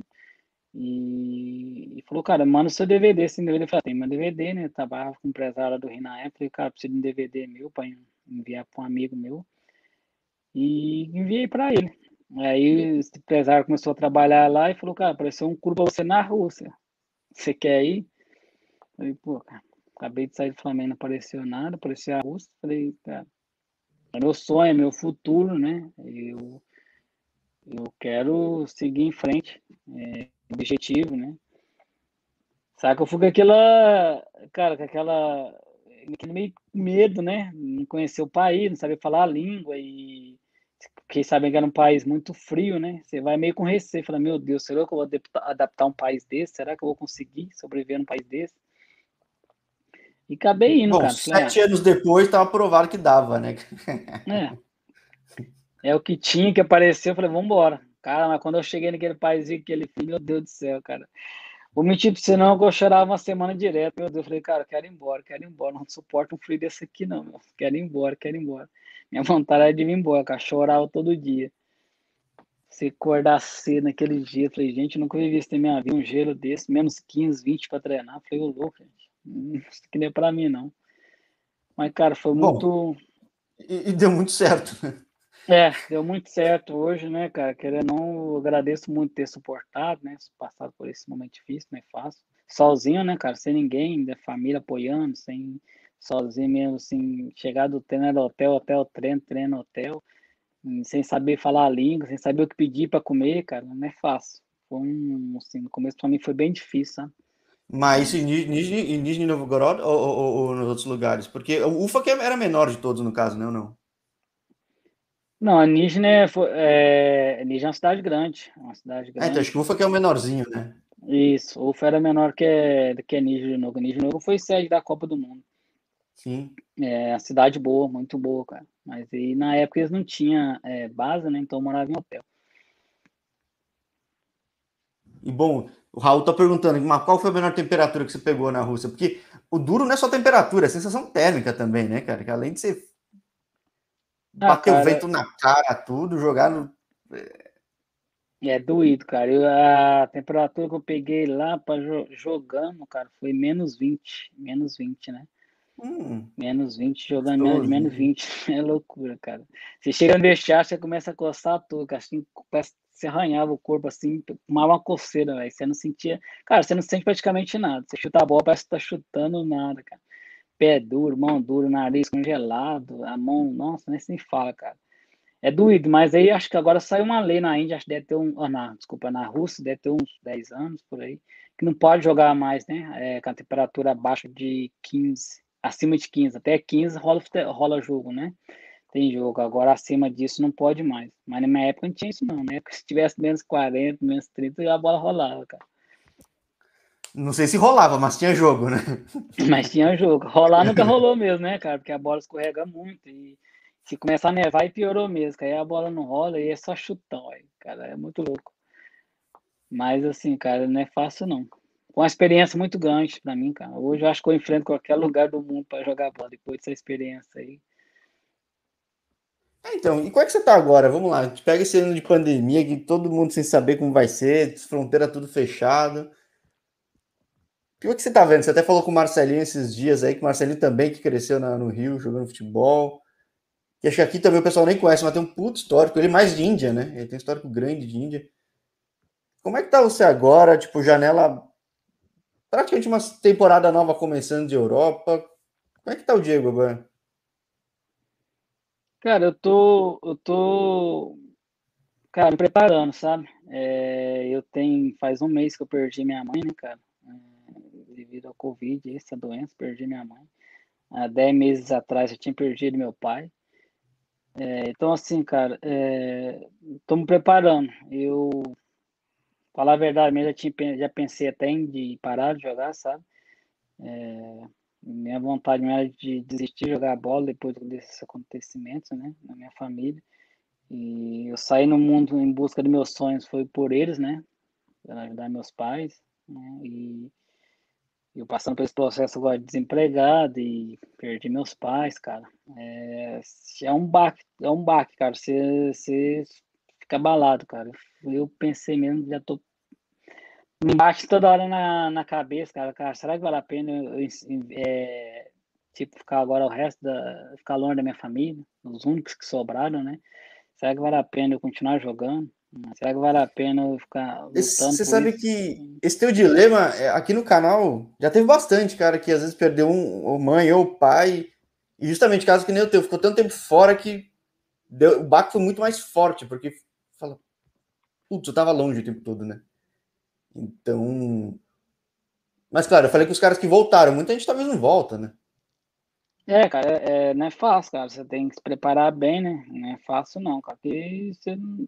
E, e falou, cara, manda o seu D V D, sem D V D. Eu falei, "Ah, tem meu D V D, né? Eu trabalhava com um empresário lá do Rio na época. Falei, cara, preciso de um D V D meu para enviar para um amigo meu. E enviei para ele. Aí esse empresário começou a trabalhar lá e falou, cara, apareceu um clube pra você na Rússia. Você quer ir? Falei, pô, cara, acabei de sair do Flamengo, não apareceu nada, apareceu a Rússia. Falei, cara, é meu sonho, é meu futuro, né? Eu, eu quero seguir em frente, é, objetivo, né? Sabe que eu fui com aquela, cara, com aquela, aquele meio medo, né? Não conhecer o país, não saber falar a língua e fiquei sabendo que era um país muito frio, né? Você vai meio com receio, fala, meu Deus, será que eu vou adaptar, adaptar um país desse? Será que eu vou conseguir sobreviver num país desse? E acabei indo, Bom, cara. Falei, ah, sete anos depois estava provado que dava, né? é. É o que tinha que aparecer, eu falei, vambora. Cara, mas quando eu cheguei naquele país, aquele frio, meu Deus do céu, cara. Vou mentir pra você não, que eu chorava uma semana direto. Meu Deus, eu falei, cara, eu quero ir embora, quero ir embora. Não suporto um frio desse aqui, não, meu. Quero ir embora, quero ir embora. Minha vontade era de ir embora, cara. Chorava todo dia. Você acordar cedo naquele dia. Eu falei, gente, eu nunca vivi isso na minha vida, um gelo desse, menos quinze, vinte pra treinar. Eu falei, ô louco, gente. Hum, Isso aqui não é pra mim, não. Mas, cara, foi Bom, muito. e, e deu muito certo, né? É, deu muito certo hoje, né, cara? Querendo ou não, eu agradeço muito ter suportado, né? Passado por esse momento difícil, não é fácil. Sozinho, né, cara? Sem ninguém, da família apoiando, sem sozinho mesmo, assim, chegar do treino era hotel, hotel, treino, treino, hotel, hum, sem saber falar a língua, sem saber o que pedir para comer, cara, não é fácil. Foi um, assim, no começo pra mim foi bem difícil, sabe? Mas isso em Ni- Nizhny, em Nizhny Novgorod ou, ou, ou- ou nos outros lugares? Porque o Ufa que era menor de todos, no caso, né? Ou não? Não, a Nizhny é, foi- é, Nizhny é uma cidade grande, é uma cidade É, então acho grande. que o Ufa que é o menorzinho, né? Isso, o Ufa era menor que, que Nizhny Novgorod. Nizhny Novgorod foi sede da Copa do Mundo. Sim. É, a cidade boa, muito boa, cara. Mas aí na época eles não tinham é, base, né? Então eu morava em hotel. E bom, o Raul tá perguntando, mas qual foi a menor temperatura que você pegou na Rússia? Porque o duro não é só temperatura, é sensação térmica também, né, cara? Que além de você Ah, bater o cara, vento na cara, tudo, jogar no. é doído, cara. Eu, a temperatura que eu peguei lá para jogando, cara, foi menos vinte, menos vinte, né? Hum, Menos vinte jogando menos, menos gostosinho. vinte é loucura, cara. Você chega no vestiário, você começa a coçar tudo, cara. Assim, parece que você arranhava o corpo assim, tomava uma coceira, velho. Você não sentia. Cara, você não sente praticamente nada. Você chuta a bola, parece que tá chutando nada, cara. Pé duro, mão dura, nariz congelado, a mão, nossa, nem se fala, cara. É doído, mas aí acho que agora saiu uma lei na Índia, acho que deve ter um, ah, na, desculpa, na Rússia, deve ter uns dez anos por aí, que não pode jogar mais, né? É, com a temperatura abaixo de quinze, acima de quinze, até quinze rola, fute- rola jogo, né? Tem jogo, agora acima disso não pode mais. Mas na minha época não tinha isso não, né? Se tivesse menos quarenta, menos trinta, a bola rolava, cara. Não sei se rolava, mas tinha jogo, né? Mas tinha jogo. Rolar nunca rolou mesmo, né, cara? Porque a bola escorrega muito e se começar a nevar, e piorou mesmo, que aí a bola não rola e é só chutão, aí, cara, é muito louco. Mas assim, cara, não é fácil não. Foi uma experiência muito grande pra mim, cara. Hoje eu acho que eu enfrento qualquer lugar do mundo pra jogar bola depois dessa experiência aí. É, então, e como é que você tá agora? Vamos lá, a gente pega esse ano de pandemia, que todo mundo sem saber como vai ser, fronteira tudo fechado. O que você tá vendo? Você até falou com o Marcelinho esses dias aí, que o Marcelinho também que cresceu na- no Rio, jogando futebol. E acho que aqui também o pessoal nem conhece, mas tem um puto histórico, ele é mais de Índia, né? Ele tem um histórico grande de Índia. Como é que tá você agora? Tipo, janela, praticamente uma temporada nova começando de Europa. Como é que tá o Diego agora? Cara, eu tô, eu tô, cara, me preparando, sabe? É, eu tenho, faz um mês que eu perdi minha mãe, né, cara? É, devido ao Covid, essa doença, perdi minha mãe. Há dez meses atrás eu tinha perdido meu pai. É, então, assim, cara, estou me preparando. Eu, falar a verdade mesmo, já, tinha, pen- já pensei até em de parar de jogar, sabe? Minha vontade mesmo era de desistir de jogar bola depois desses acontecimentos, né, na minha família. E eu saí no mundo em busca dos meus sonhos, foi por eles, né, para ajudar meus pais, né, e eu passando por esse processo agora de desempregado e perdi meus pais, cara. É, é um baque, é um baque, cara. Você, você fica abalado, cara. Eu pensei mesmo, já tô. Me bate toda hora na, na cabeça, cara. Cara, será que vale a pena eu, eu, é, tipo, ficar agora o resto da. Ficar longe da minha família? Os únicos que sobraram, né? Será que vale a pena eu continuar jogando? Será que vale a pena eu ficar lutando Você por sabe isso? que esse teu dilema, é, aqui no canal, já teve bastante, cara, que às vezes perdeu um, ou mãe ou pai, e justamente caso que nem o teu, ficou tanto tempo fora que deu, o baque foi muito mais forte, porque fala, putz, eu tava longe o tempo todo, né? Então. Mas claro, eu falei que os caras que voltaram, muita gente talvez não volta, né? É, cara, é, é- não é fácil, cara. Você tem que se preparar bem, né? Não é fácil, não, cara. Porque você, não-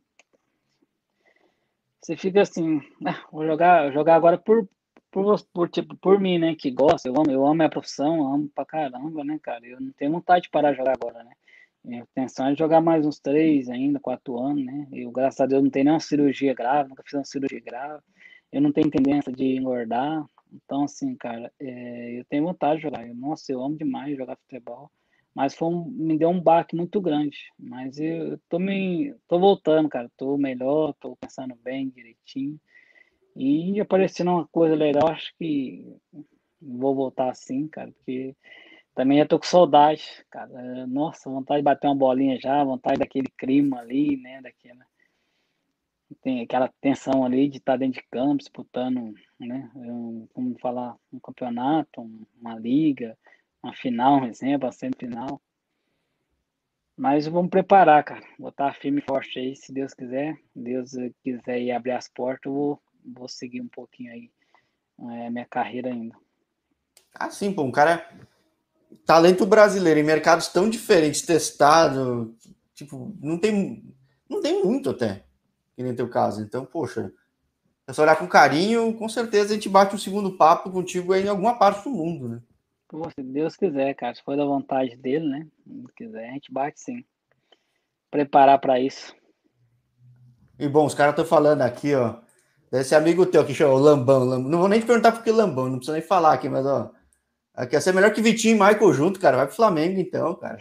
você fica assim, "Ah, vou jogar, jogar agora por, por, por, tipo, por mim, né? Que gosta, eu amo, eu amo a minha profissão, amo pra caramba, né, cara? Eu não tenho vontade de parar de jogar agora, né? A intenção é jogar mais uns três ainda, quatro anos, né? Eu, graças a Deus, não tenho nenhuma cirurgia grave, nunca fiz uma cirurgia grave. Eu não tenho tendência de engordar. Então, assim, cara, é, eu tenho vontade de jogar. Eu, nossa, eu amo demais jogar futebol. Mas foi um, me deu um baque muito grande. Mas eu tô, me, tô voltando, cara. Tô melhor, tô pensando bem, direitinho. E aparecendo uma coisa legal, acho que vou voltar assim, cara, porque também eu tô com saudade, cara. É, nossa, vontade de bater uma bolinha já, vontade daquele clima ali, né? Daquela, tem aquela tensão ali de estar dentro de campo, disputando, né? Um, como falar, um campeonato, um- uma liga, uma final, um exemplo, a semifinal. Mas vamos preparar, cara. Botar firme e forte aí, se Deus quiser. Deus eh, quiser ir abrir as portas, eu vou, vou seguir um pouquinho aí, é, minha carreira ainda. Ah, sim, pô, um cara. Talento brasileiro em mercados tão diferentes, testado. Tipo, não tem. Não tem muito até, que nem teu caso. Então, poxa, é só olhar com carinho, com certeza a gente bate um segundo papo contigo aí em alguma parte do mundo, né? Pô, se Deus quiser, cara, se for da vontade dele, né? Se quiser, a gente bate sim. Preparar para isso. E bom, os caras estão falando aqui, ó. Desse amigo teu que chama o Lambão, Lambão. Não vou nem te perguntar por que Lambão, não precisa nem falar aqui, mas ó. Aqui ia ser melhor que Vitinho e Michael junto, cara. Vai pro Flamengo então, cara.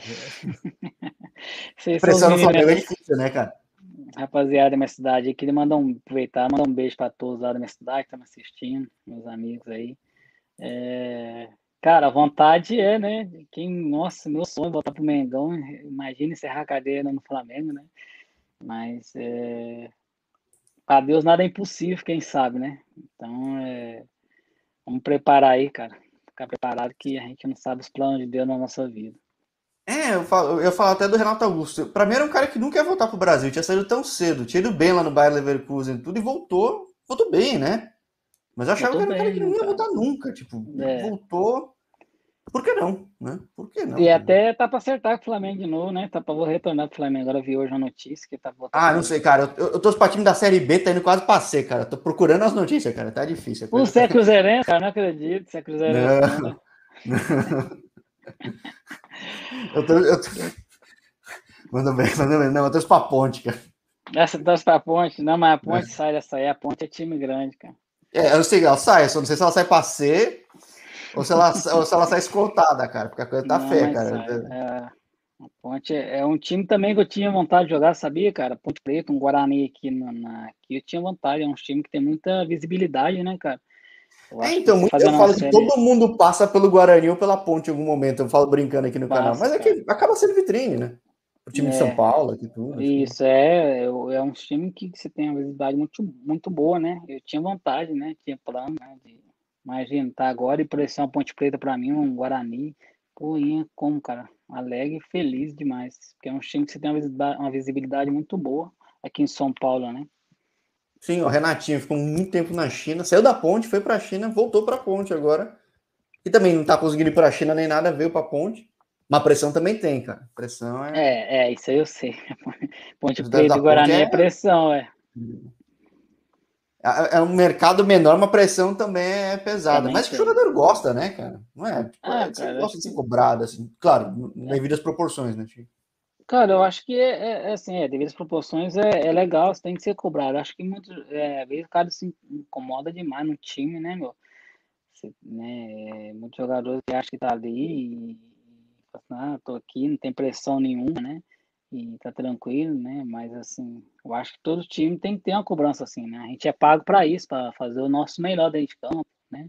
A Vocês são os pressão no meninos, Flamengo é difícil, né, cara? rapaziada da minha cidade. Eu queria mandar um, aproveitar, mandar um beijo para todos lá da minha cidade que estão me assistindo, meus amigos aí. É, cara, a vontade é, né? Quem, nossa, meu sonho é voltar pro Mengão. Imagina encerrar a carreira no Flamengo, né? Mas é, para Deus nada é impossível, quem sabe, né? Então, é, vamos preparar aí, cara. Ficar preparado que a gente não sabe os planos de Deus na nossa vida. É, eu falo, eu falo até do Renato Augusto. Pra mim era um cara que nunca ia voltar pro Brasil, tinha saído tão cedo, tinha ido bem lá no Bayer Leverkusen e tudo, e voltou, voltou bem, né? Mas eu achava Voltou que era um cara bem, que né, não ia cara? voltar nunca, tipo, É. voltou. Por que não, né? Por que não, E cara? até tá para acertar com o Flamengo de novo, né? Tá para vou retornar pro Flamengo. Agora vi hoje uma notícia que tá voltando Ah, pro não sei, Flamengo. cara. Eu, eu tô pra time da Série B, tá indo quase pra C, cara. Tô procurando as notícias, cara. Tá difícil. A coisa Você tá... é cruzeirense, cara? Não acredito. Você é cruzeirense, não, né? Não, eu tô, eu tô... Manda bem, manda bem. Não, eu tô pra ponte, cara. Essa torce pra ponte. Não, mas a ponte sai dessa aí. A ponte é time grande, cara. É, eu não sei, ela sai, eu só não sei se ela sai pra C ou se ela, ou se ela sai escoltada, cara, porque a coisa tá Não, feia, mas cara. sai. É, a ponte é, é um time também que eu tinha vontade de jogar, sabia, cara? Ponte Preta, um Guarani aqui, na, na- aqui eu tinha vontade. É um time que tem muita visibilidade, né, cara? Eu É, acho que então, você muito eu fazendo uma falo que série todo mundo passa pelo Guarani ou pela ponte em algum momento. Eu falo brincando aqui no canal, passa, mas é cara. que acaba sendo vitrine, né? O time de São É, Paulo, aqui tudo. Acho que... isso é, é, é um time que você tem uma visibilidade muito, muito boa, né? Eu tinha vontade, né? Tinha plano, né? De, imagina, tá agora e parecer uma Ponte Preta pra mim, um Guarani. Pô, ia como, cara? Alegre e feliz demais. Porque é um time que você tem uma visibilidade, uma visibilidade muito boa aqui em São Paulo, né? Sim, o Renatinho ficou muito tempo na China, saiu da ponte, foi pra China, voltou pra ponte agora. E também não tá conseguindo ir pra China nem nada, veio pra ponte. Mas pressão também tem, cara. Pressão é. É, é, isso aí eu sei. Ponte Os da, Preta da e ponte Guarani é, é pressão, é. é, é um mercado menor, mas a pressão também é pesada. Também Mas que o tem. jogador gosta, né, cara? Não é? Tipo, Ah, é sempre cara, gosta acho de que. ser cobrado, assim. Claro, devido às proporções, né, Chico? Cara, eu acho que é, é- é assim, é, devido às proporções é, é legal, você tem que ser cobrado. Acho que muitas é, vezes o cara se incomoda demais no time, né, meu? Você, né, é, muitos jogadores que acham que tá ali e, fala assim, ah, tô aqui, não tem pressão nenhuma, né? E tá tranquilo, né? Mas assim, eu acho que todo time tem que ter uma cobrança assim, né? A gente é pago para isso, para fazer o nosso melhor dentro de campo, né?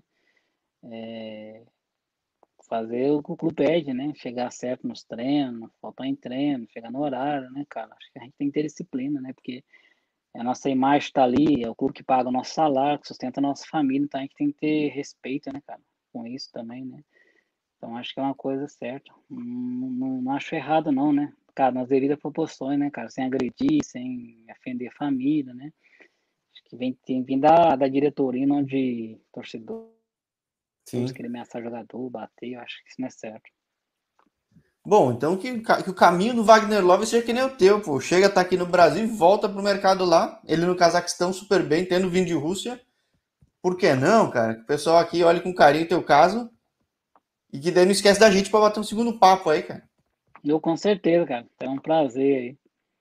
Fazer o que o clube pede, né? Chegar certo nos treinos, não faltar em treino, chegar no horário, né, cara? Acho que a gente tem que ter disciplina, né? Porque a nossa imagem está ali, é o clube que paga o nosso salário, que sustenta a nossa família, então a gente tem que ter respeito, né, cara? Com isso também, né? Então acho que é uma coisa certa. Não, não, não acho errado, não, né? Cara, nas devidas proporções, né, cara? Sem agredir, sem ofender a família, né? Acho que vem, tem vindo da, da diretoria, não de torcedores Sim. querer ameaçar jogador, bater, eu acho que isso não é certo. Bom, então que, que o caminho do Wagner Love seja que nem o teu, pô. Chega, tá aqui no Brasil e volta pro mercado lá. Ele no Cazaquistão super bem, tendo vindo de Rússia. Por que não, cara? Que o pessoal aqui olhe com carinho o teu caso e que daí não esquece da gente pra bater um segundo papo aí, cara. Eu com certeza, cara. É um prazer aí.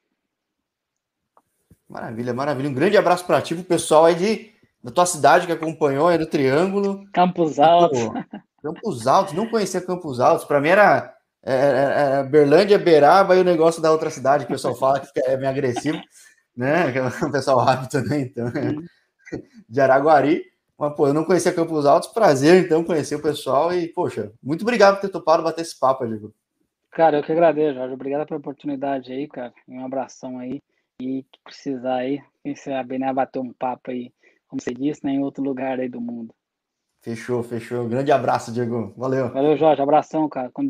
Maravilha, maravilha. Um grande abraço para ti, pro pessoal aí de, da tua cidade que acompanhou aí do Triângulo. Campos E, Altos. pô, Campos Altos, não conhecia Campos Altos. Para mim era é, é, é, Berlândia, Beraba e o negócio da outra cidade, que o pessoal fala que é meio agressivo, né? Que o pessoal rápido também, então, é, Hum. de Araguari. Mas, pô, eu não conhecia Campos Altos. Prazer, então, conhecer o pessoal. E, poxa, muito obrigado por ter topado bater esse papo, Diego. Cara, eu que agradeço, Jorge. Obrigado pela oportunidade aí, cara. Um abração aí. E que precisar aí, quem sabe, né, bater um papo aí, como você disse, né, em outro lugar aí do mundo. Fechou, fechou. Grande abraço, Diego. Valeu. Valeu, Jorge. Abração, cara.